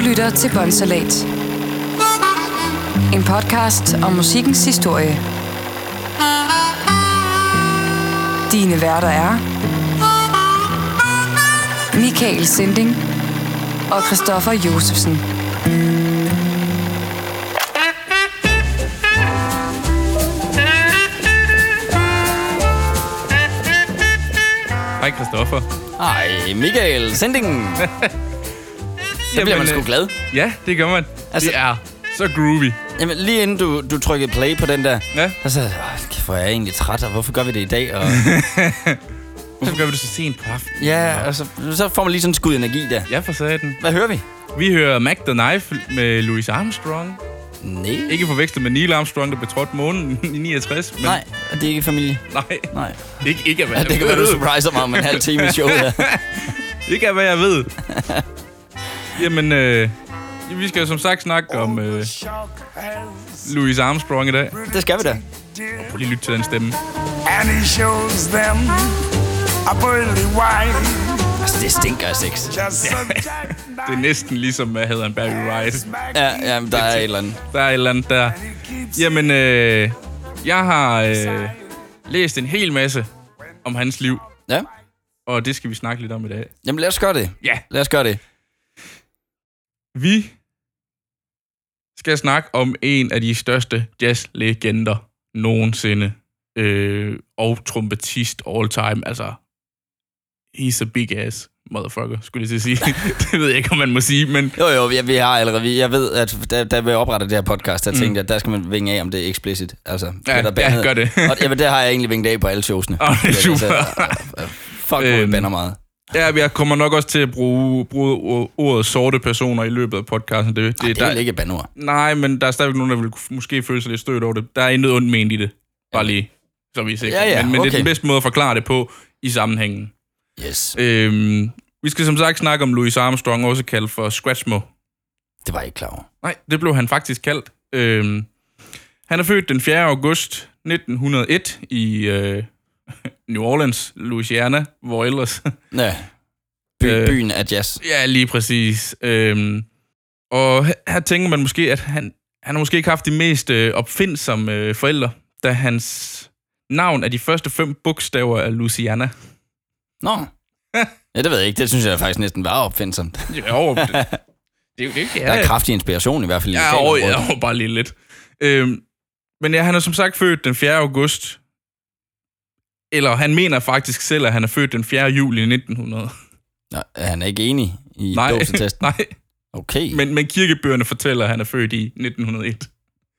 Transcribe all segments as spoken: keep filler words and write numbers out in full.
lytter til Båndsalat. En podcast om musikkens historie. Dine værter er Michael Sinding og Christoffer Josefsen. Hej Christoffer. Hej Michael Sinding. Så bliver man sgu glad. Ja, det gør man. Altså, det er så groovy. Jamen, lige inden du, du trykkede play på den der, ja. der sagde jeg, hvor er jeg egentlig træt, og hvorfor gør vi det i dag? Og hvorfor gør vi det så sent på aftenen? ja, og så, så får man lige sådan en skud energi der. Ja, for satan. Hvad hører vi? Vi hører Mac the Knife med Louis Armstrong. Nej. Ikke forvekslet med Neil Armstrong, der betrådte månen i niogtres. Men... Nej, det er ikke familie. Nej. Nej. Ikke, ikke af, hvad ja, det kan være, du surpriser mig om en halv time i showet her. Ikke af, hvad jeg ved. Jamen, øh, vi skal jo som sagt snakke om øh, Louis Armstrong i dag. Det skal vi da. Og prøv lige at lytte til den stemme. And he shows them a pearly white. Altså, det stinker af sex. Det er næsten ligesom, hvad hedder han, Barry Wright. Ja, ja, der er et eller andet. Der er et eller andet der. Jamen, øh, jeg har øh, læst en hel masse om hans liv. Ja. Og det skal vi snakke lidt om i dag. Jamen, lad os gøre det. Ja. Lad os gøre det. Vi skal snakke om en af de største jazzlegender nogensinde. Øh, og trompetist all time. Altså, he's a big ass motherfucker, skulle jeg til at sige. Det ved jeg ikke, om man må sige, men... Jo, jo, vi, vi har allerede... Jeg ved, at da, da vi oprettede det her podcast, der mm. tænkte jeg, at der skal man vinge af, om det er explicit. Altså, ja, det der ja, gør det. Og jamen, det har jeg egentlig vinget af på alle showsene. Åh, oh, super. Altså, fuck, hvor vi bander meget. Ja, jeg kommer nok også til at bruge, bruge ordet sorte personer i løbet af podcasten. Det, det, Ej, det er der, vel ikke et bandord. Nej, men der er stadigvæk nogen, der vil måske føle sig lidt stødt over det. Der er intet ondt ment i det. Bare lige, så vi er sikre. Ja, ja, men men okay. det er den bedste måde at forklare det på i sammenhængen. Yes. Øhm, vi skal som sagt snakke om Louis Armstrong, også kaldt for Scratchmo. Det var jeg ikke klar over. Nej, det blev han faktisk kaldt. Øhm, han er født den fjerde august nitten hundrede og et i øh, New Orleans, Louisiana, hvor ellers... Ja, By, øh, byen af jazz. Ja, lige præcis. Øhm, og her, her tænker man måske, at han, han har måske ikke haft de mest øh, opfindsomme øh, forældre, da hans navn er de første fem bogstaver af Louisiana. Nå. Ja, det ved jeg ikke. Det synes jeg faktisk næsten var opfindsomt. Jo, det, det, det, det ja. Der er kraftig inspiration i hvert fald. Ja, og, ja, og bare lige lidt. Øhm, men ja, han er som sagt født den fjerde august. Eller han mener faktisk selv, at han er født den fjerde juli nitten hundrede. Nå, er han ikke enig i nej, dåsetesten? Nej, okay. Men, men kirkebøgerne fortæller, at han er født i nitten hundrede og et.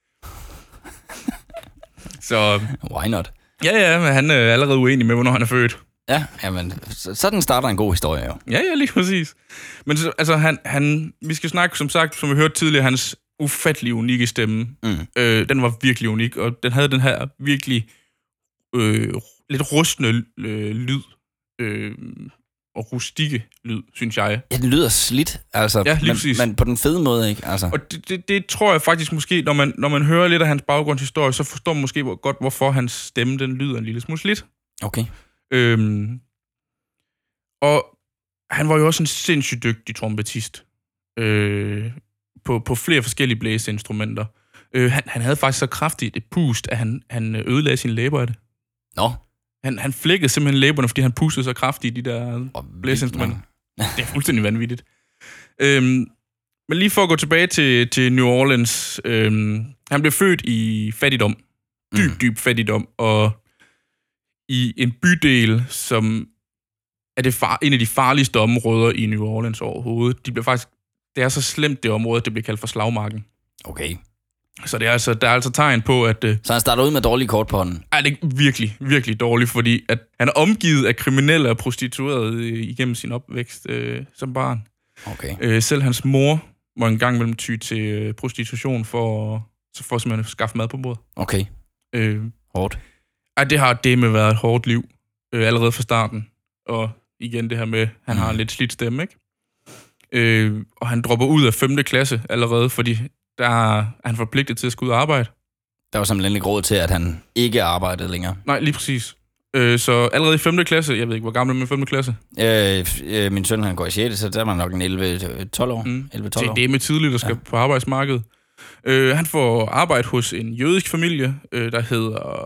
Så... Why not? Ja, ja, men han er allerede uenig med, hvornår han er født. Ja, jamen, sådan starter en god historie jo. Ja, ja, lige præcis. Men altså, han, han, vi skal snakke, som sagt, som vi hørte tidligere, hans ufattelig unikke stemme. Mm. Øh, den var virkelig unik, og den havde den her virkelig øh, lidt rustne øh, lyd. Øh, og rustikke lyd, synes jeg. Ja, den lyder slidt, altså. Ja, lige men, præcis. men på den fede måde, ikke? Altså. Og det, det, det tror jeg faktisk måske, når man, når man hører lidt af hans baggrundshistorie, så forstår man måske godt, hvorfor hans stemme, den lyder en lille smule slidt. Okay. Øhm, og han var jo også en sindssygt dygtig trompetist. Øh, på, på flere forskellige blæseinstrumenter. Øh, han, han havde faktisk så kraftigt et pust, at han, han ødelagde sine læber af det. Nå. Han, han flækkede simpelthen læberne, fordi han pustede så kraftigt i de der blæseinstrumenter. Det er fuldstændig vanvittigt. Øhm, men lige for at gå tilbage til, til New Orleans. Øhm, han blev født i fattigdom. Dyb, dyb fattigdom. Og i en bydel, som er det far, en af de farligste områder i New Orleans overhovedet. De bliver faktisk, det er så slemt, det område, det bliver kaldt for slagmarken. Okay. Så det er altså, der er altså tegn på, at... Uh, så han starter ud med dårlige kort på hånden? Er det virkelig, virkelig dårligt, fordi at han er omgivet af kriminelle og prostituerede igennem sin opvækst øh, som barn. Okay. Øh, selv hans mor må en gang mellem ty til øh, prostitution for, så for simpelthen at skaffe mad på bordet. Okay. Øh, hårdt. Ja, det har det med været et hårdt liv, øh, allerede fra starten. Og igen det her med, han mm. har en lidt slidt stemme, ikke? Øh, og han dropper ud af femte klasse allerede, fordi der er han forpligtet til at skulle ud og arbejde. Der var simpelthen ikke råd til, at han ikke arbejdede længere. Nej, lige præcis. Øh, så allerede i femte klasse, jeg ved ikke, hvor gammel er min femte klasse? Øh, øh, min søn, han går i sjette, så der var nok en elleve tolv år. Mm. elleve tolv år. Det er med tidligt, der skal ja. på arbejdsmarkedet. Øh, han får arbejde hos en jødisk familie, øh, der hedder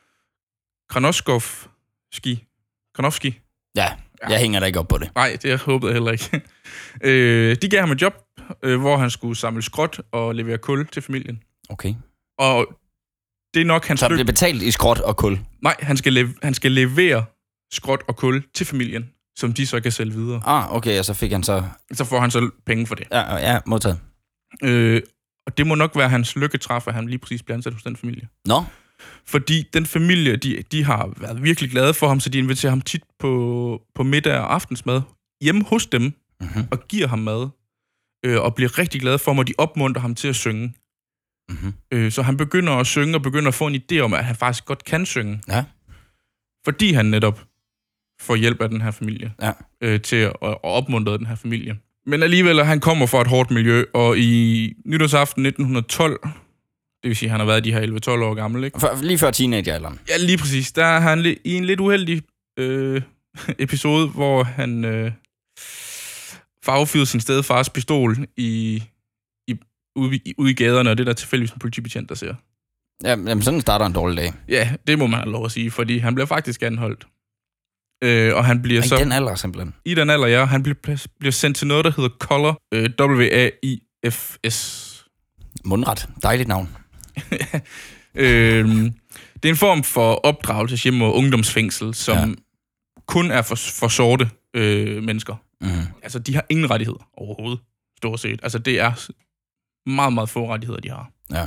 Kranovski. Kranovski. Ja, jeg ja. hænger da ikke op på det. Nej, det håbede jeg heller ikke. øh, de gav ham et job, øh, hvor han skulle samle skrot og levere kul til familien. Okay. Og det er nok hans Så han lykke. bliver betalt i skrot og kul? Nej, han skal, leve, han skal levere skrot og kul til familien, som de så kan sælge videre. Ah, okay, og så fik han så... Så får han så penge for det. Ja, ja, modtaget. Øh, og det må nok være hans lykketræf, at han lige præcis bliver ansat hos den familie. Nå? Fordi den familie, de, de har været virkelig glade for ham, så de inviterer ham tit på, på middag og aftensmad hjemme hos dem, mm-hmm. og giver ham mad, øh, og bliver rigtig glade for ham, og de opmuntrer ham til at synge. Mm-hmm. Øh, så han begynder at synge, og begynder at få en idé om, at han faktisk godt kan synge. Ja. Fordi han netop får hjælp af den her familie, ja. øh, til at, at opmuntre den her familie. Men alligevel, han kommer fra et hårdt miljø, og i nytårsaften nitten tolv, det vil sige, at han har været de her elleve tolv år gammel, ikke? For, lige før teenagealderen. Ja, lige præcis. Der er han i en lidt uheldig øh, episode, hvor han øh, farvefyrede sin stedfars pistol i, i, ude, i, ude i gaderne, og det er der tilfældigvis en politibetjent, der ser. Ja, jamen sådan starter en dårlig dag. Ja, det må man have lov at sige, fordi han bliver faktisk anholdt. Øh, og han bliver I så... den alder, simpelthen? I den alder, ja. Han bliver, bliver sendt til noget, der hedder Color, øh, W A I F S. Mundret. Dejligt navn. øh, det er en form for opdragelseshjem og ungdomsfængsel, som ja. kun er for, for sorte øh, mennesker. Mm-hmm. Altså, de har ingen rettigheder overhovedet, stort set. Altså, det er meget, meget få rettigheder, de har. Ja.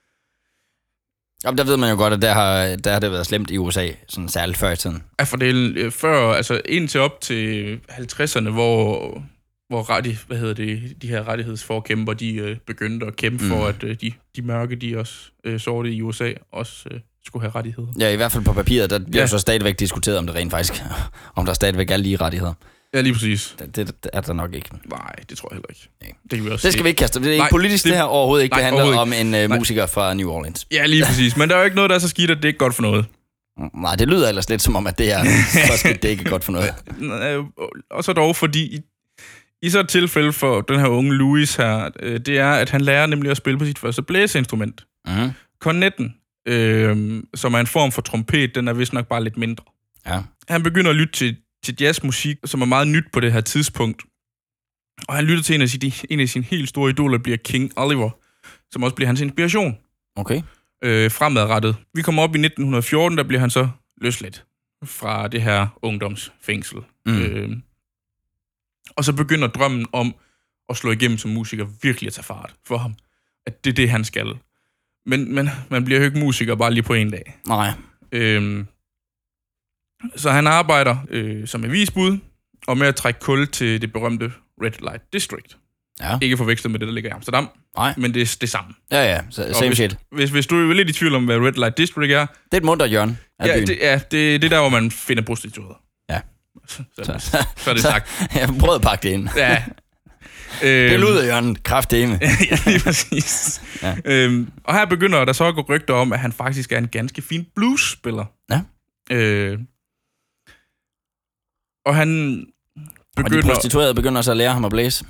Jamen, der ved man jo godt, at der har, der har det været slemt i U S A, sådan særligt før i tiden. Ja, for det er før, altså indtil op til halvtredserne, hvor, hvor rettig, hvad hedder det, de her rettighedsforkæmper, de øh, begyndte at kæmpe mm. for, at øh, de, de mørke, de også øh, sorte i U S A, også øh, skulle have rettigheder. Ja, i hvert fald på papiret, der bliver ja. så stadigvæk diskuteret, om det rent faktisk, om der stadigvæk er lige rettigheder. Ja, lige præcis. Det, det er der nok ikke. Nej, det tror jeg heller ikke. Ja. Det, kan vi også det skal se. vi ikke kaste. Det er ikke nej, politisk, det, det her overhovedet ikke. Nej, det handler om en uh, musiker fra New Orleans. Ja, lige præcis. Men der er jo ikke noget, der er så skidt, at det er ikke godt for noget. Nej, det lyder ellers lidt som om, at det er så skidt, det er ikke godt for noget. Og så dog, fordi i, i så et tilfælde for den her unge Louis her, det er, at han lærer nemlig at spille på sit første blæseinstrument. Mm. Kornetten, øh, som er en form for trompet, den er vist nok bare lidt mindre. Ja. Han begynder at lytte til, til jazzmusik, som er meget nyt på det her tidspunkt. Og han lytter til en af, sine, en af sine helt store idoler, bliver King Oliver, som også bliver hans inspiration. Okay. Øh, fremadrettet. Vi kommer op i nitten fjorten, der bliver han så løsladt fra det her ungdomsfængsel. Mm. Øh, og så begynder drømmen om at slå igennem som musiker virkelig at tage fart for ham. At det er det, han skal. Men, men man bliver jo ikke musiker bare lige på en dag. Nej. Øh, så han arbejder øh, som avisbud, og med at trække kul til det berømte Red Light District. Ja. Ikke forvekslet med det, der ligger i Amsterdam. Nej. Men det er det samme. Ja, ja. Same hvis, shit. Hvis, hvis du er lidt i tvivl om, hvad Red Light District er... Det er et munter hjørne af ja, byen. det, ja, det, det er der, hvor man finder prostituerede. Ja. Så, så, så, så er det sagt. Jeg prøvede at pakke det ind. Ja. Det øhm, lyder hjørnet. Kraftedeme. Ja, lige præcis. Ja. Øhm, og her begynder der så at gå rygter om, at han faktisk er en ganske fin blues-spiller. Ja. Øh, og han begynder... Og de prostituerede begynder så at lære ham at blæse.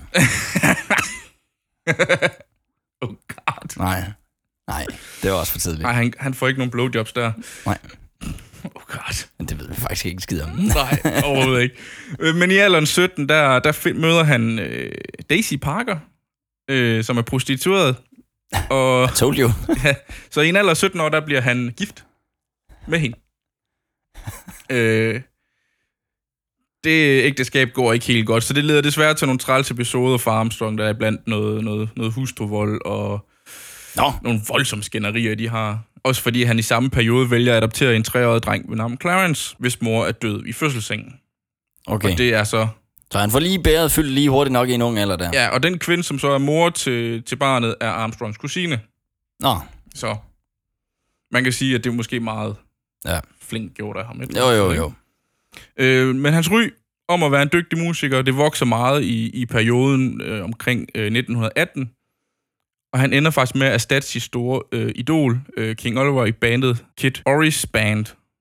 Oh god. Nej. Nej, det var også for tidligt. Nej, han, han får ikke nogen blowjobs der. Nej. Oh god. Men det ved vi faktisk ikke skid om. Nej, overhovedet ikke. Men i alderen sytten, der, der møder han øh, Daisy Parker, øh, som er prostitueret. Og, I told you. Ja, så i en alder af sytten år, der bliver han gift med hende. øh, det ægteskab går ikke helt godt, så det leder desværre til nogle træls episoder fra Armstrong, der er blandt noget, noget, noget hustruvold og Nå. nogle voldsomme skænderier, de har. Også fordi han i samme periode vælger at adoptere en treårig dreng ved navn Clarence, hvis mor er død i fødselssengen. Okay. Og det er så... Så han får lige bæret fyldt lige hurtigt nok i en ung alder der. Ja, og den kvinde, som så er mor til, til barnet, er Armstrongs kusine. Nå. Så man kan sige, at det er måske meget ja. flink gjort af ham. Jo, jo, jo. Øh, men hans ry om at være en dygtig musiker, det vokser meget i, i perioden øh, omkring øh, nitten atten. Og han ender faktisk med at erstatte sit store øh, idol, øh, King Oliver, i bandet Kid Ory's Band.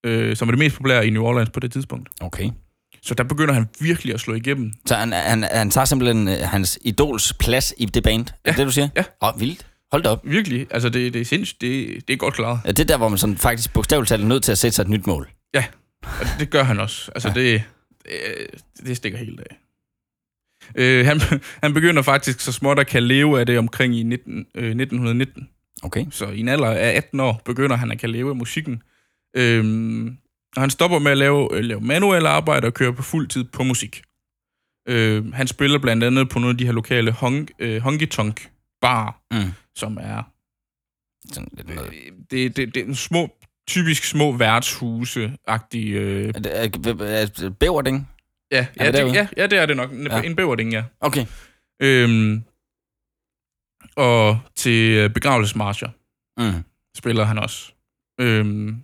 øh, som er det mest populære i New Orleans på det tidspunkt. Okay. Så der begynder han virkelig at slå igennem. Så han, han, han tager simpelthen øh, hans idols plads i det band? Ja. Er det, du siger? Ja. Åh, oh, vildt. Hold da op. Virkelig. Altså, det, det er sindssygt. Det, det er godt klaret. Ja, det er der, hvor man sådan faktisk bogstaveligt talt er nødt til at sætte sig et nyt mål. Ja, og det gør han også. Altså, ja. det, det, det stikker helt af. Øh, han, han begynder faktisk så småt at kan leve af det omkring i nitten, øh, nitten nitten. Okay. Så i en alder af atten år begynder han at kan leve af musikken. Øhm, og han stopper med at lave, øh, lave manuelle arbejde og køre på fuld tid på musik. Øh, han spiller blandt andet på nogle af de her lokale hong, øh, honky-tonk bar, Mm. som er Sådan lidt noget. øh, det, det, det er små, typisk små værtshuse-agtige... Øh, Er det, er, er det Bæverding? ja, Er ja, det det, ja, ja, det er det nok. En, Ja. en bæverding, ja. Okay. Øhm, og til begravelsesmarcher Mm. spiller han også. Øhm,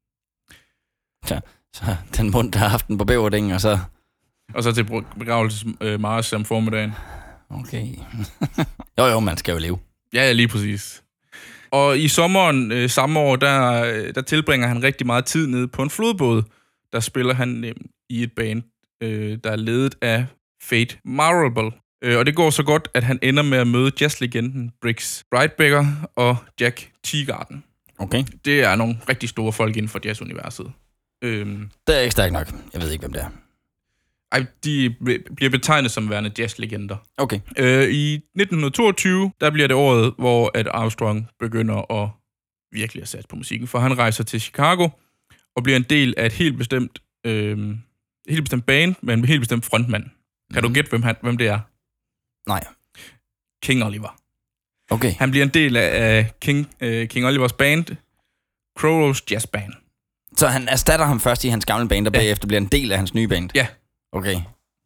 Så den mund, der har haft den på Bæverding, og så... og så til begravelsesmarch om formiddagen. Okay. jo, jo, man skal jo leve. Ja, lige præcis. Og i sommeren øh, samme år, der, der tilbringer han rigtig meget tid nede på en flodbåd. Der spiller han øh, i et band, øh, der er ledet af Fate Marable. Øh, og det går så godt, at han ender med at møde jazzlegenden Briggs Brightbecker og Jack Teagarden. Okay. Det er nogle rigtig store folk inden for jazzuniverset. Øhm, Det er ikke stærkt nok. Jeg ved ikke, hvem det er. ej, de bliver betegnet som værende jazzlegender. Okay. Øh, I nitten toogtyve, der bliver det året, hvor at Armstrong begynder at virkelig at satse på musikken, for han rejser til Chicago og bliver en del af et helt bestemt, øh, et helt bestemt band med en helt bestemt frontmand. Kan mm-hmm. du gætte, hvem, han, hvem det er? Nej. King Oliver. Okay. Han bliver en del af King, øh, King Olivers band, Crow Rose Jazz Band. Så han erstatter ham først i hans gamle band, og Ja. bagefter bliver en del af hans nye band? Ja. Okay.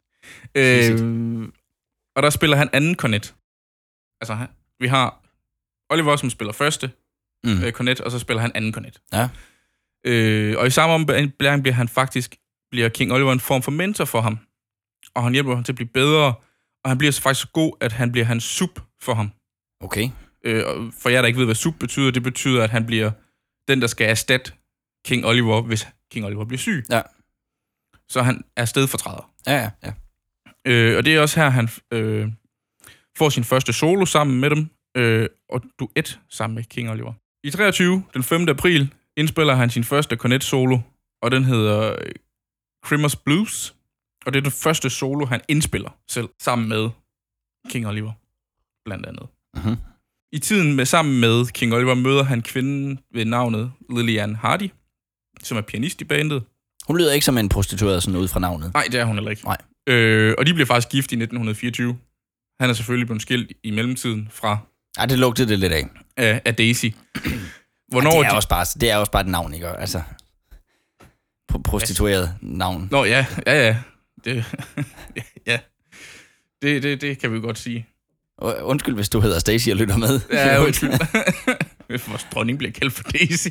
Øh, og der spiller han anden kornet. Altså, han, vi har Oliver, som spiller første Mm. øh, kornet, og så spiller han anden kornet. Ja. Øh, og i samme ombæring bliver han faktisk, bliver King Oliver en form for mentor for ham. Og han hjælper ham til at blive bedre, og han bliver så faktisk så god, at han bliver hans sub for ham. Okay. Øh, og for jer, der ikke ved, hvad sub betyder, det betyder, at han bliver den, der skal erstatte King Oliver, hvis King Oliver bliver syg. Ja. Så han er stedfortræder. Ja, ja, ja. Øh, og det er også her, han øh, får sin første solo sammen med dem, øh, og duet sammen med King Oliver. I treogtyve, den femte april, indspiller han sin første cornet-solo, og den hedder øh, Crimmers Blues, og det er den første solo, han indspiller selv, sammen med King Oliver, blandt andet. Mm-hmm. I tiden med sammen med King Oliver møder han kvinden ved navnet Lillian Hardy, som er pianist i bandet. Hun lyder ikke som en prostitueret sådan ud fra navnet. Nej, det er hun heller ikke. Nej. Øh, og de bliver faktisk gift i nitten fireogtyve. Han er selvfølgelig blevet skilt i mellemtiden fra Ej, det lugtede det lidt af. af, af Daisy. Hvornår Ej, det, er de... også bare, det er også bare et navn, ikke? Altså, pro- prostitueret navn. Nå, ja, ja, ja. Det, ja. Det, det, det kan vi godt sige. Undskyld, hvis du hedder Stacy og lytter med. Ja, undskyld. Vores dronning bliver kaldt for Daisy.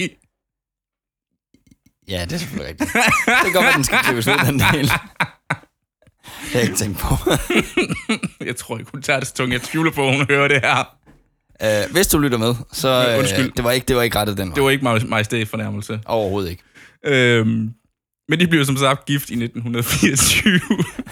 Ja, det er selvfølgelig rigtigt. Det kan godt være, den skal klippes ud, den del. Det har jeg ikke tænkt på. Jeg tror ikke, hun tager det så tungt. Jeg tvivler på, at hun hører det her. Uh, hvis du lytter med, så uh, Undskyld. det var ikke det var ikke rettet den vej. Det var ikke maj- majestæt fornærmelse. Overhovedet ikke. Øhm, men de bliver som sagt gift i nitten fireogtyve.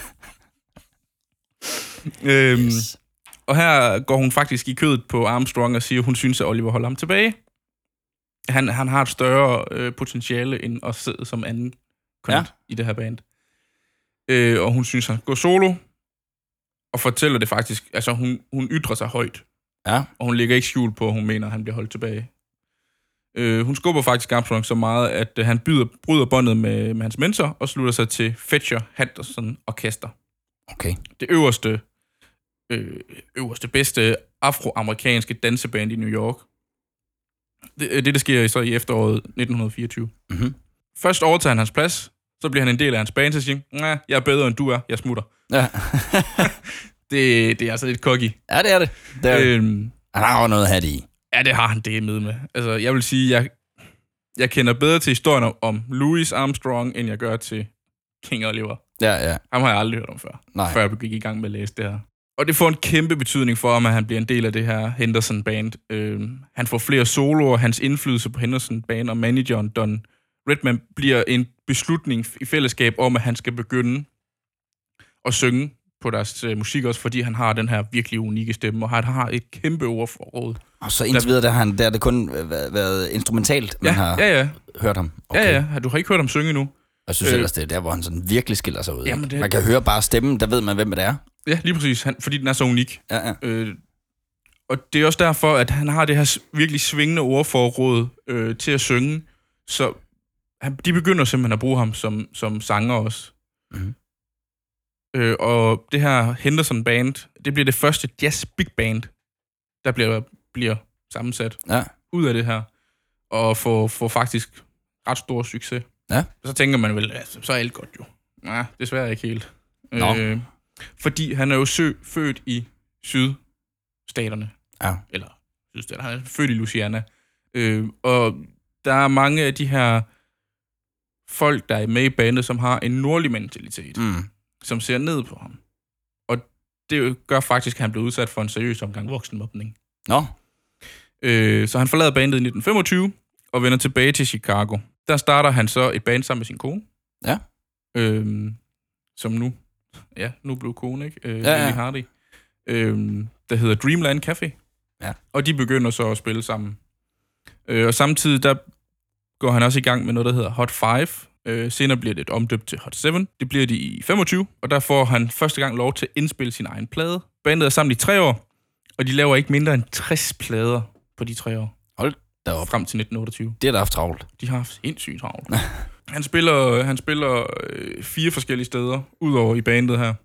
øhm, Yes. Og her går hun faktisk i kødet på Armstrong og siger, at hun synes, at Oliver holder ham tilbage. Han, han har et større øh, potentiale end at sidde som anden kornet Ja. i det her band. Øh, og hun synes, han går solo, og fortæller det faktisk. Altså, hun, hun ytrer sig højt, Ja. og hun lægger ikke skjul på, at hun mener, at han bliver holdt tilbage. Øh, hun skubber faktisk Armstrong så meget, at øh, han byder, bryder båndet med, med hans mentor og slutter sig til Fletcher Henderson Orkester. Okay. Det øverste, øh, øverste bedste afroamerikanske danseband i New York. Det, det, det sker så i efteråret nitten fireogtyve. Mm-hmm. Først overtager han hans plads, så bliver han en del af hans band, så siger han, nej, jeg er bedre end du er, jeg smutter. Ja. det, det er altså lidt cocky. Ja, det er det. det, er det. Øhm, Han har jo noget at have det i. ja, det har han det med med. Altså, jeg vil sige, jeg, jeg kender bedre til historien om Louis Armstrong, end jeg gør til King Oliver. Ja, ja. Ham har jeg aldrig hørt om før, Nej. før jeg gik i gang med at læse det her. Og det får en kæmpe betydning for ham, at han bliver en del af det her Henderson-band. Øhm, han får flere soloer, hans indflydelse på Henderson-band og manageren Don Redman bliver en beslutning i fællesskab om, at han skal begynde at synge på deres øh, musik også, fordi han har den her virkelig unikke stemme, og han har et kæmpe ordforråd. Og så indtil videre, der har, han, der har det kun været instrumentalt, man ja, har ja, ja. hørt ham. Okay. Ja, ja. Du har ikke hørt ham synge endnu. Jeg synes ellers, det er der, hvor han sådan virkelig skiller sig ud. Jamen, det... Man kan høre bare stemmen, der ved man, hvem det er. Ja, lige præcis, han, fordi den er så unik. Ja, ja. Øh, og det er også derfor, at han har det her virkelig svingende ordforråd øh, til at synge, så han, de begynder simpelthen at bruge ham som, som sanger også. Mm-hmm. Øh, og det her Henderson Band, det bliver det første jazz big band, der bliver, bliver sammensat ja. ud af det her, og får, får faktisk ret stor succes. Ja. Så tænker man vel, altså, så er alt godt jo. Nej, desværre ikke helt. Øh, fordi han er jo sø, født i sydstaterne. Ja. Eller sydstaterne. Han er født i Louisiana. Øh, og der er mange af de her folk, der er med i bandet, som har en nordlig mentalitet, mm. som ser ned på ham. Og det gør faktisk, at han bliver udsat for en seriøs omgang voksenmobning. Nå. Øh, så han forlader bandet i nitten femogtyve og vender tilbage til Chicago. Der starter han så et band sammen med sin kone. Ja. Øh, som nu, ja, nu blev kone, ikke? Øh, ja, ja. Lily Hardy. Øh, der hedder Dreamland Café. Ja. Og de begynder så at spille sammen. Øh, og samtidig, der går han også i gang med noget, der hedder Hot Five. Øh, senere bliver det omdøbt til Hot Seven. Det bliver de i femogtyve, og der får han første gang lov til at indspille sin egen plade. Bandet er sammen i tre år, og de laver ikke mindre end tres plader på de tre år. Hold da op. Frem til nitten otteogtyve. Det er da haft travlt. De har haft sindssygt travlt. han spiller, han spiller øh, fire forskellige steder, udover i bandet her.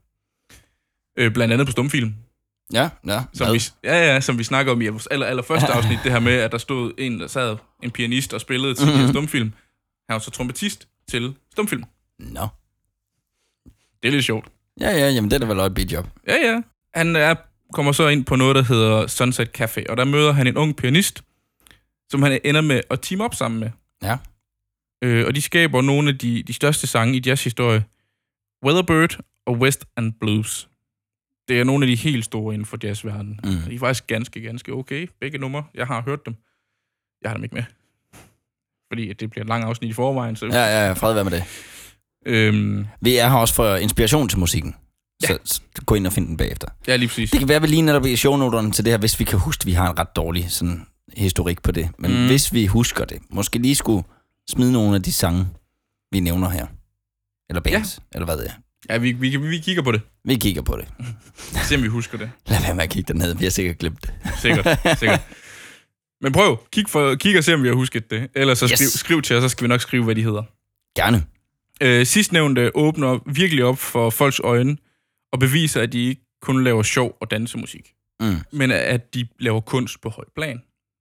Øh, blandt andet på stumfilm. Ja, ja. Som vi, ja, ja, som vi snakker om i vores aller, aller første afsnit, det her med, at der stod en, der sad, en pianist og spillede til mm-hmm. stumfilm. Han var så trompetist til stumfilm. Nå. No. Det er lidt sjovt. Ja, ja, jamen det er da vel også et bidjob. Ja, ja. Han er, kommer så ind på noget, der hedder Sunset Café, og der møder han en ung pianist, som han ender med at team op sammen med. Ja. Øh, og de skaber nogle af de, de største sange i jazzhistorie. Weatherbird og West End Blues. Det er nogle af de helt store inden for jazzverdenen. Mm. De er faktisk ganske, ganske okay. Begge numre. Jeg har hørt dem. Jeg har dem ikke med. Fordi det bliver et langt afsnit i forvejen. Så... Ja, ja, ja. Fred være med det. Øhm... Vi er her også for inspiration til musikken. Ja. Så, så gå ind og find den bagefter. Ja, lige præcis. Det kan være, vi lige netop i shownoterne til det her, hvis vi kan huske, at vi har en ret dårlig sådan, historik på det. Men mm. hvis vi husker det, måske lige skulle smide nogle af de sange, vi nævner her. Eller bands, ja. Eller hvad det er. Ja, vi, vi, vi kigger på det. Vi kigger på det. Se, om vi husker det. Lad være med at kigge derned, vi har sikkert glemt det. Sikkert, sikkert. Men prøv, kig, for, kig og se, om vi har husket det. Ellers så skriv, yes. skriv til os, så skal vi nok skrive, hvad de hedder. Gerne. Øh, sidstnævnte åbner virkelig op for folks øjne og beviser, at de ikke kun laver sjov og dansemusik, mm. men at de laver kunst på højt plan.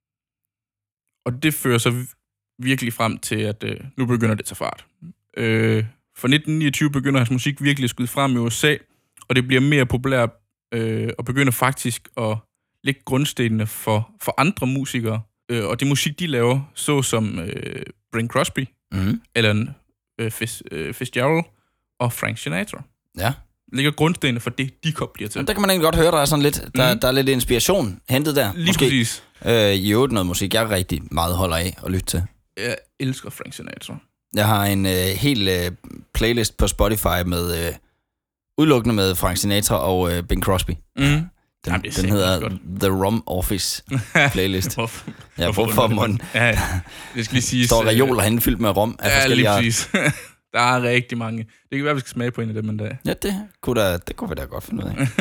Og det fører så virkelig frem til, at øh, nu begynder det at tage fart. Øh, for nitten niogtyve begynder hans musik virkelig at skyde frem i U S A, og det bliver mere populært øh, og begynder faktisk at lægge grundstenene for, for andre musikere. Øh, og det musik, de laver, såsom øh, Bing Crosby, mm. eller øh, Fitz, øh, Fitzgerald og Frank Sinatra. Ja. Ligger grundstenene for det, de bliver til. Men der kan man egentlig godt høre, der er sådan lidt, der, mm. der er lidt inspiration hentet der. Lige måske. Præcis. Øh, I øvrigt noget musik, jeg rigtig meget holder af at lytte til. Jeg elsker Frank Sinatra. Jeg har en øh, hel øh, playlist på Spotify med øh, udelukkende med Frank Sinatra og øh, Bing Crosby. Mm. Den, Jamen, den hedder godt. The Rum Office playlist. hvorfor, ja, hvorfor man ja, ja. Det skal lige sige. Står reoler hen fyldt med rom af ja, forskellige art. Der er rigtig mange. Det kan være, vi skal smage på en af dem en dag. Ja, det kunne, da, det kunne vi da godt finde ud af.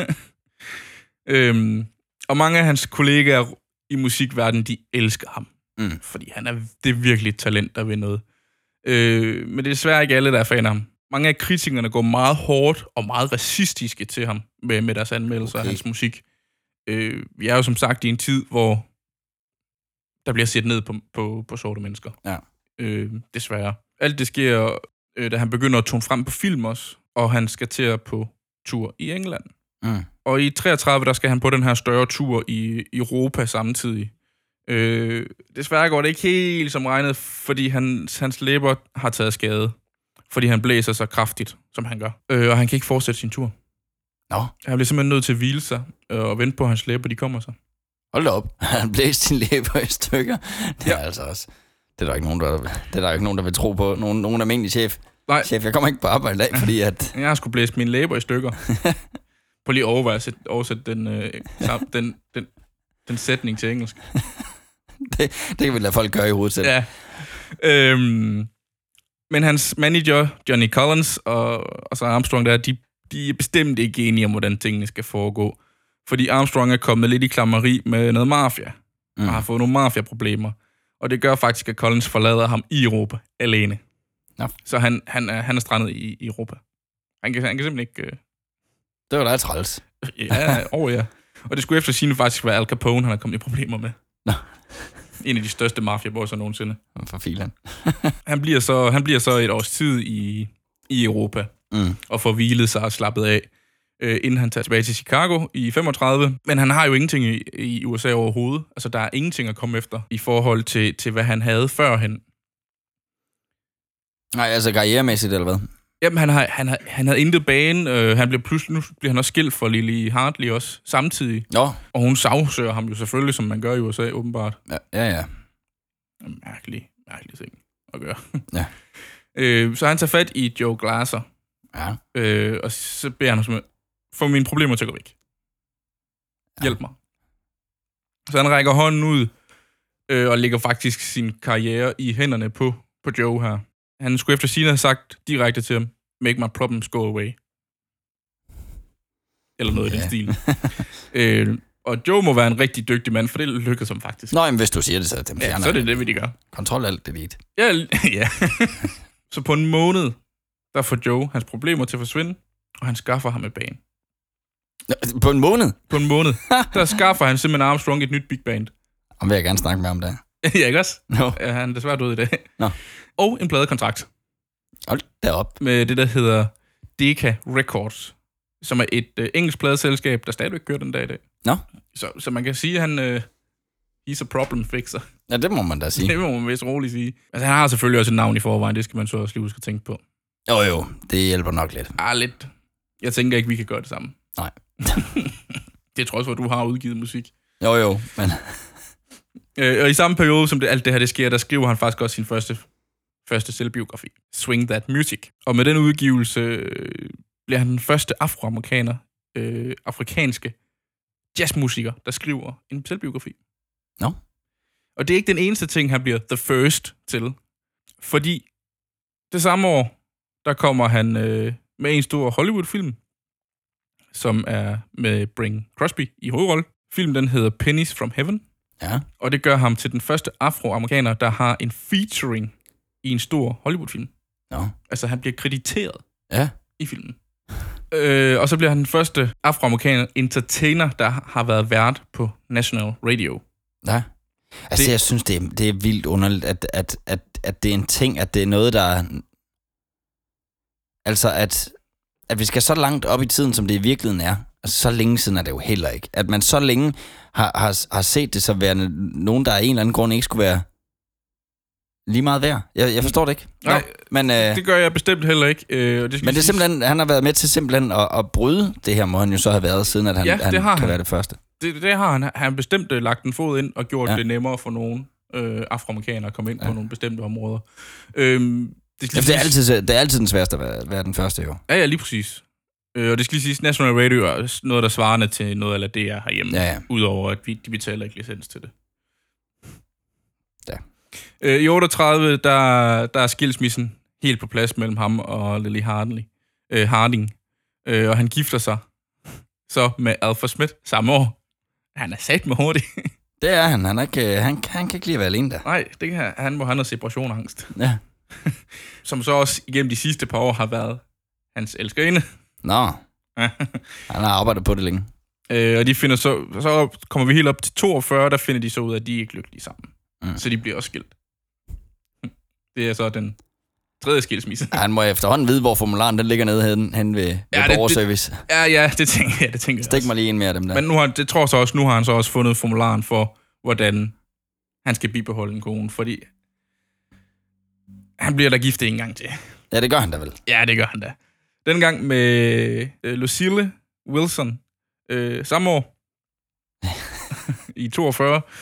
øhm, og mange af hans kollegaer i musikverdenen, de elsker ham. Mm. Fordi han er, det er virkelig et talent, der vil noget. Øh, men det er desværre ikke alle, der er fan af ham. Mange af kritikerne går meget hårdt og meget racistiske til ham med, med deres anmeldelser okay. af hans musik. Øh, vi er jo som sagt i en tid, hvor der bliver set ned på, på, på sorte mennesker. Ja. Øh, desværre. Alt det sker, øh, da han begynder at tone frem på film også, og han skal til på tur i England. Mm. Og i treogtredive, der skal han på den her større tur i Europa samtidig. Øh, desværre går det ikke helt som regnet, fordi han, hans læber har taget skade, fordi han blæser så kraftigt, som han gør. Øh, og han kan ikke fortsætte sin tur. Nå. Han bliver simpelthen nødt til at hvile sig øh, og vente på, at hans læber de kommer så. Hold da op. Han blæste sin læber i stykker. Det er ja. altså også... Det er der ikke nogen, der, det er der ikke nogen, der vil tro på. Nogen, nogen almindelig chef. Nej. Chef, jeg kommer ikke på arbejde i dag, fordi at... Jeg har sgu blæst mine læber i stykker. På lige overveje at oversætte den, øh, den, den, den sætning til engelsk. det, det kan vi lade folk gøre i hovedet selv. Ja. Øhm, men hans manager, Johnny Collins, og, og så Armstrong, der, de, de er bestemt ikke enige om, hvordan tingene skal foregå. Fordi Armstrong er kommet lidt i klammeri med noget mafia, mm. og har fået nogle mafia-problemer. Og det gør faktisk, at Collins forlader ham i Europa alene. Ja. Så han, han, er, han er strandet i, i Europa. Han kan, han kan simpelthen ikke... Øh... Det var da træls. Ja, oh ja. Og det skulle efter sigende faktisk være Al Capone, han har kommet i problemer med. Nå. En af de største mafiabosser nogensinde. For filan. han, bliver så, han bliver så et års tid i, i Europa, mm. og får hvilet sig og slappet af, øh, inden han tager tilbage til Chicago i femogtredive. Men han har jo ingenting i, i U S A overhovedet. Altså, der er ingenting at komme efter i forhold til, til hvad han havde førhen. Nej, altså karrieremæssigt, eller hvad? Jamen, han, har, han, har, han havde intet bane. Øh, han blev pludselig, nu bliver han også skilt for Lily Hartley også, samtidig. Nå. Og hun sagsøger ham jo selvfølgelig, som man gør i U S A, åbenbart. Ja, ja. ja. Mærkelig, mærkelig ting at gøre. Ja. øh, så han tager fat i Joe Glasser. Ja. Øh, og så beder han ham, få mine problemer til at gå væk. Ja. Hjælp mig. Så han rækker hånden ud, øh, og lægger faktisk sin karriere i hænderne på, på Joe her. Han skulle efter sigende have sagt direkte til ham, make my problems go away. Eller noget yeah. i den stil. øh, og Joe må være en rigtig dygtig mand, for det lykkedes ham faktisk. Nå, men hvis du siger det, så er det ja, så er det det, vi de gør. Kontrol alt delete. Ja, ja. Så på en måned, der får Joe hans problemer til at forsvinde, og han skaffer ham et band. På en måned? På en måned. Der skaffer han simpelthen Armstrong et nyt big band. Og vil jeg gerne snakke med om det. Ja, ikke også? No. Ja, han er desværre død i dag. No. Og en pladekontrakt. Hold derop. Med det, der hedder Decca Records, som er et øh, engelsk pladeselskab, der stadigvæk kører den dag i dag. Nå. Så, så man kan sige, at han øh, he's a problem fixer. Ja, det må man da sige. Det må man vist roligt sige. Altså, han har selvfølgelig også et navn i forvejen, det skal man så også lige huske at tænke på. Jo jo, det hjælper nok lidt. Ah, lidt. Jeg tænker ikke, vi kan gøre det samme. Nej. Det er trods for, at du har udgivet musik. Jo jo, men... Øh, og i samme periode, som det, alt det her det sker, der skriver han faktisk også sin første, første selvbiografi, Swing That Music. Og med den udgivelse øh, bliver han den første afroamerikaner, øh, afrikanske jazzmusiker, der skriver en selvbiografi. Nå. No. Og det er ikke den eneste ting, han bliver the first til. Fordi det samme år, der kommer han øh, med en stor Hollywood-film, som er med Bing Crosby i hovedrolle. Filmen, den hedder Pennies from Heaven. Ja. Og det gør ham til den første afroamerikaner, der har en featuring i en stor Hollywood-film. No. Altså, han bliver krediteret ja. i filmen. Øh, og så bliver han den første afroamerikaner entertainer, der har været vært på National Radio. Ja. Altså, det, jeg synes, det er, det er vildt underligt, at, at, at, at det er en ting, at det er noget, der... Altså, at, at vi skal så langt op i tiden, som det i virkeligheden er. Altså, så længe siden er det jo heller ikke. At man så længe har, har, har set det som værende nogen, der af en eller anden grund ikke skulle være lige meget værd. Jeg, jeg forstår det ikke. Nej, Nå, men, øh, det gør jeg bestemt heller ikke. Øh, det men det er simpelthen, han har været med til simpelthen at, at bryde det her, må han jo så have været, siden at han, ja, han kan han. være det første. Det, det har han. Han har bestemt øh, lagt en fod ind og gjort ja. det nemmere for nogle øh, afroamerikanere at komme ind ja. på nogle bestemte områder. Øhm, det, ja, det, er altid, det er altid den sværeste at være, være den første, jo. Ja, ja, lige præcis. Øh, og det skal lige siges, National Radio er noget, der svarende til noget af det, jeg herhjemme. Ja, ja. Udover, at vi, de betaler ikke licens til det. Ja. Øh, I otteogtredive, der, der er skilsmissen helt på plads mellem ham og Lily Hartley, øh, Harding. Øh, og han gifter sig så med Alpha Smith samme år. Han er sat med hurtigt. Det er han. Han, er ikke, han, han kan ikke lide at være alene der. Nej, det kan, han må have noget separationangst. Ja. Som så også igennem de sidste par år har været hans elskerinde. Nå. Han har arbejdet på det længe. Øh, og de finder så, så kommer vi helt op til toogfyrre, der finder de så ud af, at de er ikke lykkelige sammen. Mm. Så de bliver også skilt. Det er så den tredje skilsmisse. Ja, han må efterhånden vide, hvor formularen den ligger nede hen, hen ved, ja, ved borgerservice. Ja, ja, det tænker jeg. Det tænker jeg Stik mig lige en mere af dem der. Men nu har, det tror jeg så også, nu har han så også fundet formularen for, hvordan han skal bibeholde en kone, fordi han bliver der gift en gang til. Ja, det gør han da vel. Ja, det gør han da. Dengang med øh, Lucille Wilson øh, samme år i toogfyrre.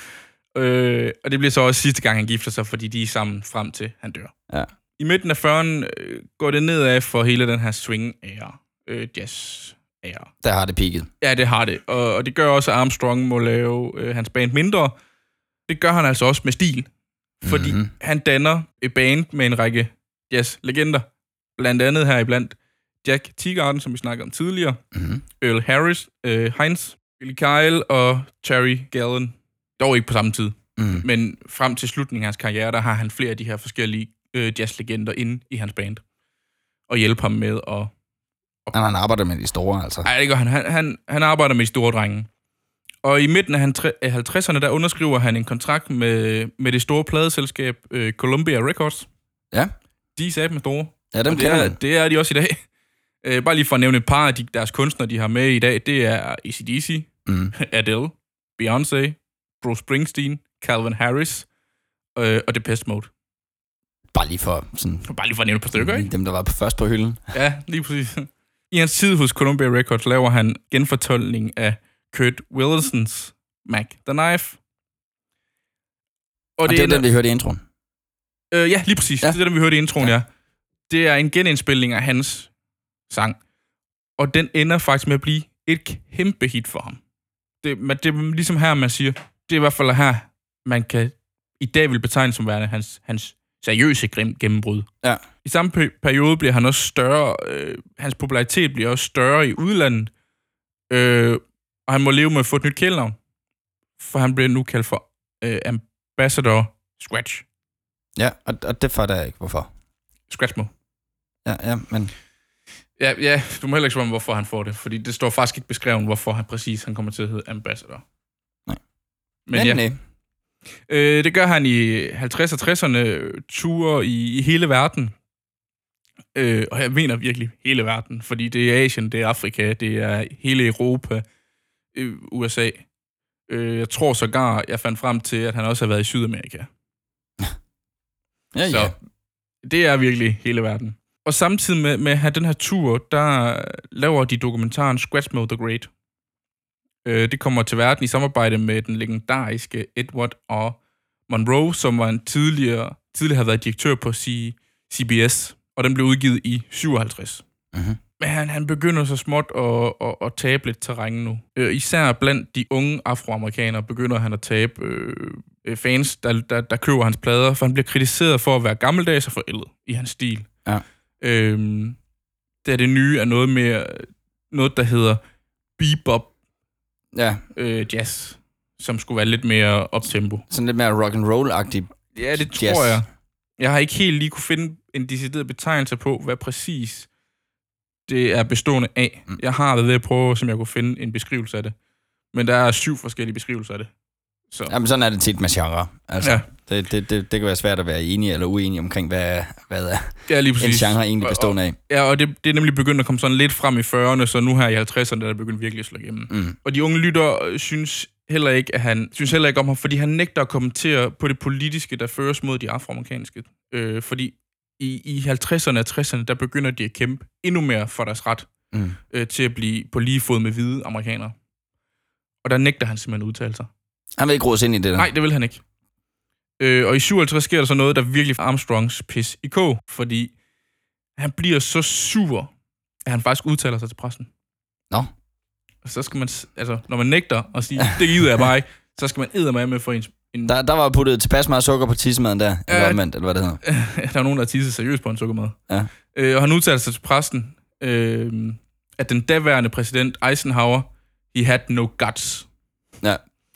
Øh, og det bliver så også sidste gang, han gifter sig, fordi de er sammen frem til, han dør. Ja. I midten af fyrrerne øh, går det nedad for hele den her swing-æra, øh, jazz-æra. Der har det peaked. Ja, det har det. Og, og det gør også, at Armstrong må lave øh, hans band mindre. Det gør han altså også med stil. Fordi mm-hmm. han danner et band med en række jazz-legender. Blandt andet her iblandt Jack Teagarden, som vi snakkede om tidligere. Mm-hmm. Earl Harris, øh, Hines, Billy Kyle og Terry Gallen. Dog ikke på samme tid. Mm. Men frem til slutningen af hans karriere, der har han flere af de her forskellige øh, jazzlegender inde i hans band. Og hjælpe ham med at... at... Han, han arbejder med de store, altså. Nej, det gør han. Han, han. han arbejder med de store drenge. Og i midten af halvtredserne, der underskriver han en kontrakt med, med det store pladeselskab øh, Columbia Records. Ja. De er sat med store. Ja, dem det kender er, man. det er de også i dag. Øh, bare lige for at nævne et par af de, deres kunstnere, de har med i dag, det er A C D C, mm. Adele, Beyoncé, Bruce Springsteen, Calvin Harris øh, og Depeche Mode. Bare lige for sådan... Bare lige for at nævne et par stykker, ikke? Dem, der var på først på hylden. Ja, lige præcis. I hans tid hos Columbia Records laver han genfortolkning af Kurt Wilsons Mac the Knife. Og, og det, det er den, vi hørte i introen? Øh, ja, lige præcis. Ja. Det er den, vi hørte i introen, ja. ja. Det er en genindspilning af hans sang. Og den ender faktisk med at blive et kæmpe hit for ham. Det, men det er ligesom her, man siger, det er i hvert fald her, man kan i dag vil betegne som værende hans, hans seriøse gennembrud. Ja. I samme periode bliver han også større, øh, hans popularitet bliver også større i udlandet, øh, og han må leve med at få et nyt kælenavn, for han bliver nu kaldt for øh, Ambassador Scratch. Ja, og, og det fatter jeg ikke, hvorfor. Scratchmo. Ja, ja, men... Ja, ja, du må heller ikke spørge, hvorfor han får det, fordi det står faktisk ikke beskrevet, hvorfor han præcis han kommer til at hedde Ambassador. Nej. Men, Men ja. Nej. Øh, det gør han i halvtredserne og tresserne, ture i, i hele verden. Øh, og jeg mener virkelig hele verden, fordi det er Asien, det er Afrika, det er hele Europa, øh, U S A. Øh, jeg tror sågar, jeg fandt frem til, at han også har været i Sydamerika. Ja, ja. Så det er virkelig hele verden. Og samtidig med, med at have den her tur, der laver de dokumentaren Scratchmo the Great. Øh, det kommer til verden i samarbejde med den legendariske Edward R. Monroe, som var en tidligere, tidligere har været direktør på C B S, og den blev udgivet i syvoghalvtreds. Mm-hmm. Men han, han begynder så småt at, at, at tabe lidt terræn nu. Øh, især blandt de unge afroamerikanere begynder han at tabe øh, fans, der, der, der køber hans plader, for han bliver kritiseret for at være gammeldags og forældet i hans stil. Ja. Øhm, der det nye er noget mere, noget der hedder bebop ja. øh, jazz, som skulle være lidt mere optempo. Sådan lidt mere rock and roll-agtig. Ja, det jazz. Tror jeg. Jeg har ikke helt lige kunne finde en decideret betegnelse på, hvad præcis det er bestående af. Mm. Jeg har været ved at prøve, som jeg kunne finde en beskrivelse af det. Men der er syv forskellige beskrivelser af det. Så. Jamen, sådan er det tit med genre. Altså, ja. det, det, det, det kan være svært at være enig eller uenig omkring, hvad, hvad er ja, lige præcis. en genre egentlig bestående af. Ja, og det, det er nemlig begyndt at komme sådan lidt frem i fyrrerne, så nu her i halvtredserne, der er det begyndt virkelig at slå igennem. Mm. Og de unge lytter synes heller ikke, at han synes heller ikke om ham, fordi han nægter at kommentere på det politiske, der føres mod de afroamerikanske. Øh, fordi i, i halvtredserne og tresserne, der begynder de at kæmpe endnu mere for deres ret mm. øh, til at blive på lige fod med hvide amerikanere. Og der nægter han simpelthen udtale sig. Han vil ikke rådes ind i det der. Nej, det vil han ikke. Øh, og i syvoghalvtreds sker der så noget, der virkelig Armstrongs pis i kog, fordi han bliver så sur, at han faktisk udtaler sig til pressen. Nå. Og så skal man, altså, når man nægter at sige, det gider jeg bare ikke, så skal man eddermame med for en... en der, der var puttet tilpas meget sukker på tissemaden der, eller ja, omvendt, eller hvad det hedder. Der er nogen, der har tisset seriøst på en sukkermad. Ja. Øh, og han udtaler sig til pressen, øh, at den daværende præsident Eisenhower, he had no guts. Ja.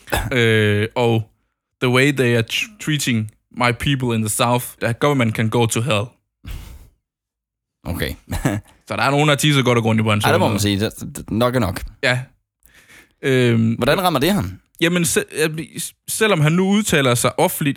øh, og the way they are t- treating my people in the South, the government can go to hell. Okay. Så der er nogen, der tisser godt og grundigt på en sukkermad. Ja, det må man sige. Det, det, nok er nok. Ja. Øhm, Hvordan rammer det ham? Jamen, se, selvom han nu udtaler sig offentligt,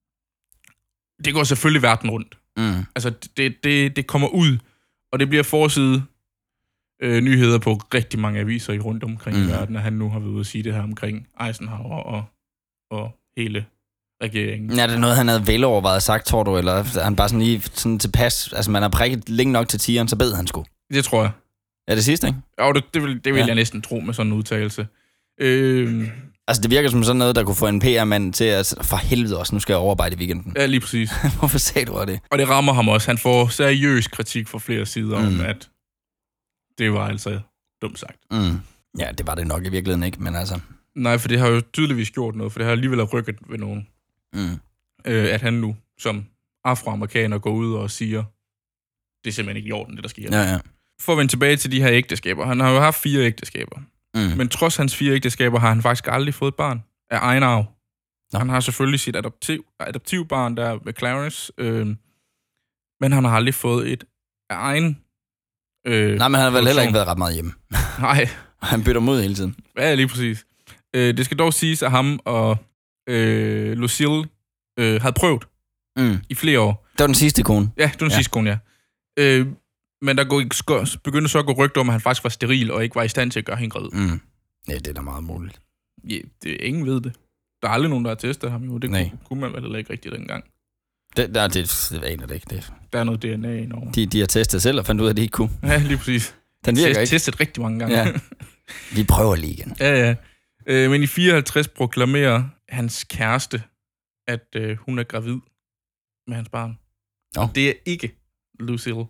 det går selvfølgelig verden rundt. Mm. Altså, det, det, det kommer ud, og det bliver forside øh, nyheder på rigtig mange aviser i rundt omkring mm. i verden, at han nu har været ude at sige det her omkring Eisenhower og, og hele regeringen. Ja, det er noget, han havde velovervejet sagt, tror du, eller han bare sådan lige sådan tilpas, altså man har prikket længe nok til tigeren, så bed han sgu. Det tror jeg. Er det sidste, ikke? Ja, det, det vil, det vil ja. jeg næsten tro med sådan en udtalelse. Øh, Altså, det virker som sådan noget, der kunne få en P R-mand til at... For helvede også, nu skal jeg overarbejde i weekenden. Ja, lige præcis. Hvorfor sagde du det? Og det rammer ham også. Han får seriøs kritik fra flere sider mm. om, at det var altså dumt sagt. Mm. Ja, det var det nok i virkeligheden ikke, men altså... Nej, for det har jo tydeligvis gjort noget, for det har alligevel rykket ved nogen. Mm. Øh, at han nu, som afroamerikaner, går ud og siger, det er simpelthen ikke i orden, det der sker. Ja, ja. For at vende tilbage til de her ægteskaber. Han har jo haft fire ægteskaber. Mm. Men trods hans fire ægteskaber har han faktisk aldrig fået et barn af egen arv. Nå. Han har selvfølgelig sit adoptiv, adoptivbarn der med Clarence, øh, men han har aldrig fået et af egen... Øh, Nej, men han har vel heller ikke været ret meget hjemme. Nej. Han bytter mod hele tiden. Ja, lige præcis. Øh, det skal dog siges, at ham og øh, Lucille øh, havde prøvet mm. i flere år. Det var den sidste kone. Ja, det var den ja. sidste kone, ja. Øh, men der går, begyndte så at gå rygter om, at han faktisk var steril og ikke var i stand til at gøre hende gravid. Mm. Ja, det er da meget muligt. Ja, det, ingen ved det. Der er aldrig nogen, der har testet ham jo. Det kunne, kunne man vel heller ikke rigtig dengang. Det, der, det, det aner det ikke. Det. Der er noget D N A indover. De, de har testet selv og fandt ud af, at de ikke kunne. Ja, lige præcis. Den virker Test, ikke. Testet rigtig mange gange. Ja. Vi prøver lige igen. Ja, ja. Øh, men i fireoghalvtreds proklamerer hans kæreste, at øh, hun er gravid med hans barn. Oh. Det er ikke Lucille.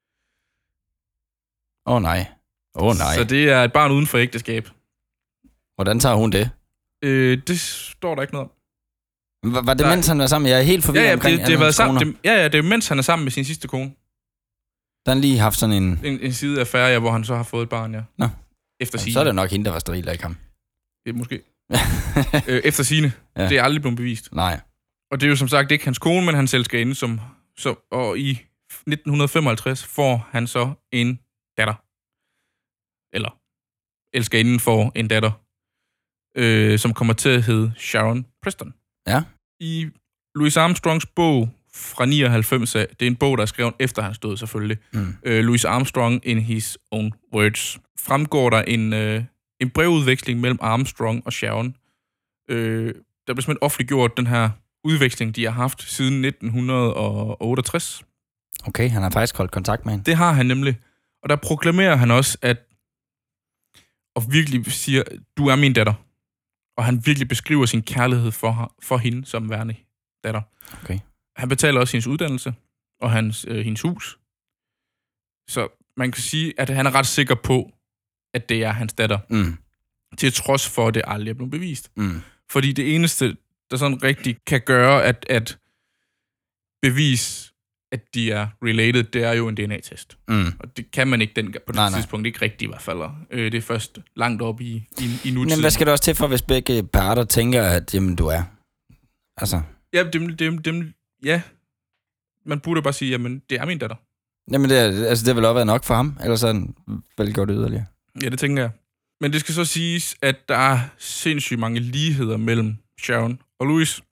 Åh oh, nej. Åh oh, nej. Så det er et barn uden for ægteskab. Hvordan tager hun det? Øh, det står der ikke noget om. Var, var det, der... mens han var sammen? Jeg er helt forvirret ja, ja, omkring det, det har været sammen, det, ja, ja, det er mens han er sammen med sin sidste kone. Der har lige haft sådan en... En, en side af affære, ja, hvor han så har fået et barn, ja. Nå. Efter ja, så er det nok hende, der var steril, ikke ham. Ja, måske. øh, efter sine. Ja. Det er aldrig blevet bevist. Nej. Og det er jo som sagt ikke hans kone, men hans elskerinde, som... Så, og i nitten femoghalvtreds får han så en datter. Eller elskerinden får en datter, øh, som kommer til at hedde Sharon Preston. Ja. I Louis Armstrongs bog fra nioghalvfems, det er en bog, der er skrevet efter hans død selvfølgelig, mm. øh, Louis Armstrong in his own words, fremgår der en, øh, en brevudveksling mellem Armstrong og Sharon. Øh, der blev simpelthen offentliggjort den her udveksling, de har haft siden nitten otteogtres. Okay, han har faktisk holdt kontakt med hende. Det har han nemlig. Og der proklamerer han også, at og virkelig siger, du er min datter. Og han virkelig beskriver sin kærlighed for, for hende som værende datter. Okay. Han betaler også hendes uddannelse og hans, øh, hendes hus. Så man kan sige, at han er ret sikker på, at det er hans datter. Mm. Til trods for, at det aldrig er blevet bevist. Mm. Fordi det eneste, der sådan rigtig kan gøre, at, at bevise, at de er related, det er jo en D N A-test. Mm. Og det kan man ikke den, på det nej, tidspunkt nej. Ikke rigtigt i hvert fald. Øh, det er først langt op i, i, i nutiden. Men hvad skal det også til for, hvis begge parter tænker, at jamen, du er? Altså. Ja, dem, dem, dem, ja. Man burde bare sige, jamen, det er min datter. Jamen, det, er, altså, det vil også være nok for ham, eller sådan vel gjort det yderligere. Ja, det tænker jeg. Men det skal så siges, at der er sindssygt mange ligheder mellem Sharon og Louis.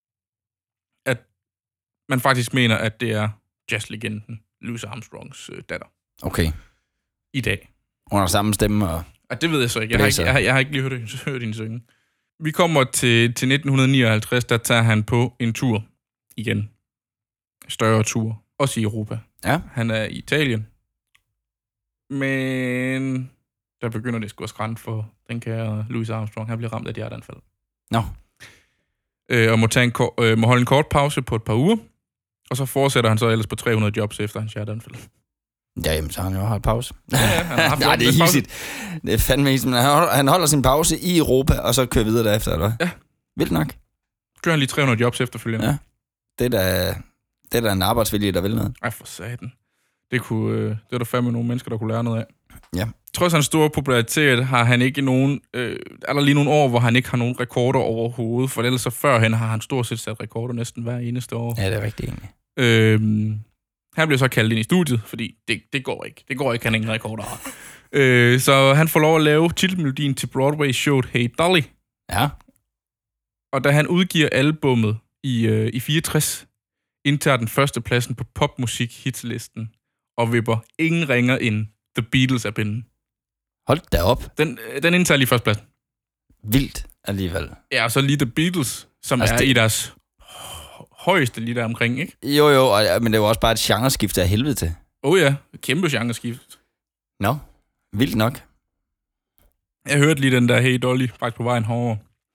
At man faktisk mener, at det er jazzlegenden Louis Armstrongs øh, datter. Okay. I dag. Hun har samme stemme og... Ja, det ved jeg så ikke. Jeg har ikke, jeg har, jeg har ikke lige hørt, hørt hende synge. Vi kommer til, til nitten nioghalvtreds, der tager han på en tur igen. Større tur. Også i Europa. Ja. Han er i Italien. Men der begynder det sgu at skrænde for den kære Louis Armstrong. Han bliver ramt af et hjerteanfald. Nå. Øh, og må, tage en, øh, må holde en kort pause på et par uger. Og så fortsætter han så ellers på tre hundrede jobs efter hans hjerteanfald. Ja, jamen, så har han jo haft pause. Ja, ja, han har haft Nej, det er hisigt. Det er fandme hisigt, men han holder sin pause i Europa, og så kører videre derefter, eller hvad? Ja. Vildt nok. Kører han lige tre hundrede jobs efterfølgende. Ja. Det er da, det er da en arbejdsvilje, der vil noget. Ej, for satan. Det, kunne, øh, det er der fandme nogle mennesker, der kunne lære noget af. Ja. Trods hans store popularitet har han ikke nogen... Øh, er der lige nogle år, hvor han ikke har nogen rekorder overhovedet, for ellers så førhen har han stort set sat rekorder næsten hver eneste år. Ja, det er rigtigt egentlig. Øhm, han bliver så kaldt ind i studiet, fordi det, det går ikke. Det går ikke, han ingen rekorder har. øh, så han får lov at lave titelmelodien til Broadway-showet Hey Dolly. Ja. Og da han udgiver albummet i, øh, i fireogtres, indtager den første pladsen på popmusik-hitslisten, og vipper ingen ringer end The Beatles af pinden. Hold da op. Den, den indtager lige førstepladsen. Vildt alligevel. Ja, og så lige The Beatles, som altså er det... i deres højeste lige der omkring, ikke? Jo, jo, og, men det er jo også bare et genreskift af helvede til. Oh ja, kæmpe genreskift. Nå, no. Vildt nok. Jeg hørte lige den der Hey Dolly, faktisk på vejen herover.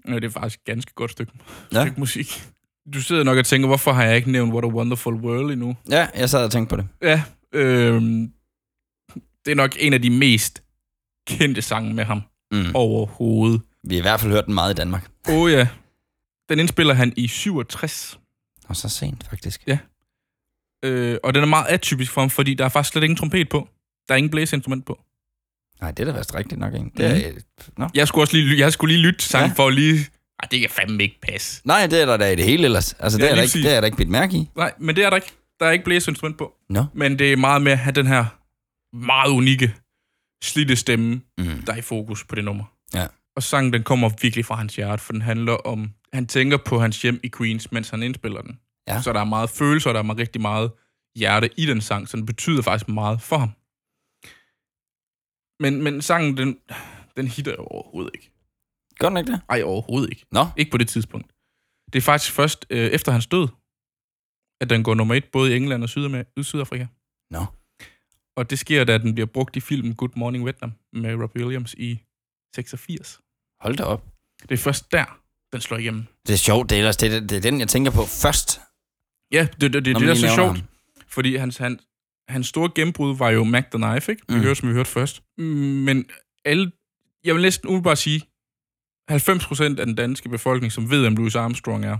Ja, det er faktisk et ganske godt stykke, Ja. stykke musik. Du sidder nok og tænker, hvorfor har jeg ikke nævnt What a Wonderful World endnu? Ja, jeg sad og tænkte på det. Ja, øh, det er nok en af de mest kendte sange med ham Mm. overhovedet. Vi har i hvert fald hørt den meget i Danmark. Åh oh, ja, den indspiller han i syvogtres. Og så sent, faktisk. Ja. Øh, og den er meget atypisk for ham, fordi der er faktisk slet ingen trompet på. Der er ingen blæseinstrument på. Nej, det er da vist rigtigt nok, ikke? Det er, Mhm. Nå. Jeg skulle også lige, jeg skulle lige lytte til sangen Ja. for at lige... Ej, det kan fandme ikke passe. Nej, det er der da i det hele ellers. Altså, det, Ja, er der lige ikke, præcis. det er der ikke bidt mærke i. Nej, men det er der ikke. Der er ikke blæseinstrument på. Nå. Men det er meget med at have den her meget unikke, slidte stemme, Mm. der er i fokus på det nummer. Ja. Og sangen, den kommer virkelig fra hans hjerte, for den handler om... Han tænker på hans hjem i Queens, mens han indspiller den. Ja. Så der er meget følelser, og der er rigtig meget hjerte i den sang, så den betyder faktisk meget for ham. Men, men sangen, den, den hitter jo overhovedet ikke. Gør den ikke det? Ej, overhovedet ikke. Nå. Ikke på det tidspunkt. Det er faktisk først øh, efter hans død, at den går nummer et, både i England og Sydamer- Sydafrika. Nå. Og det sker, da den bliver brugt i filmen Good Morning Vietnam med Robbie Williams i seksogfirs. Hold da op. Det er først der, den slår igennem. Det er sjovt, det er, ellers, det, er, det er den, jeg tænker på først. Ja, det, det, det, det når er man det, der er lige så nævner sjovt. Fordi hans, han, hans store gennembrud var jo Mac the Knife, ikke? Vi Mm. hørte, som vi hørte først. Mm, Men alle, jeg vil næsten umiddelbart sige, halvfems procent af den danske befolkning, som ved, hvem Louis Armstrong er,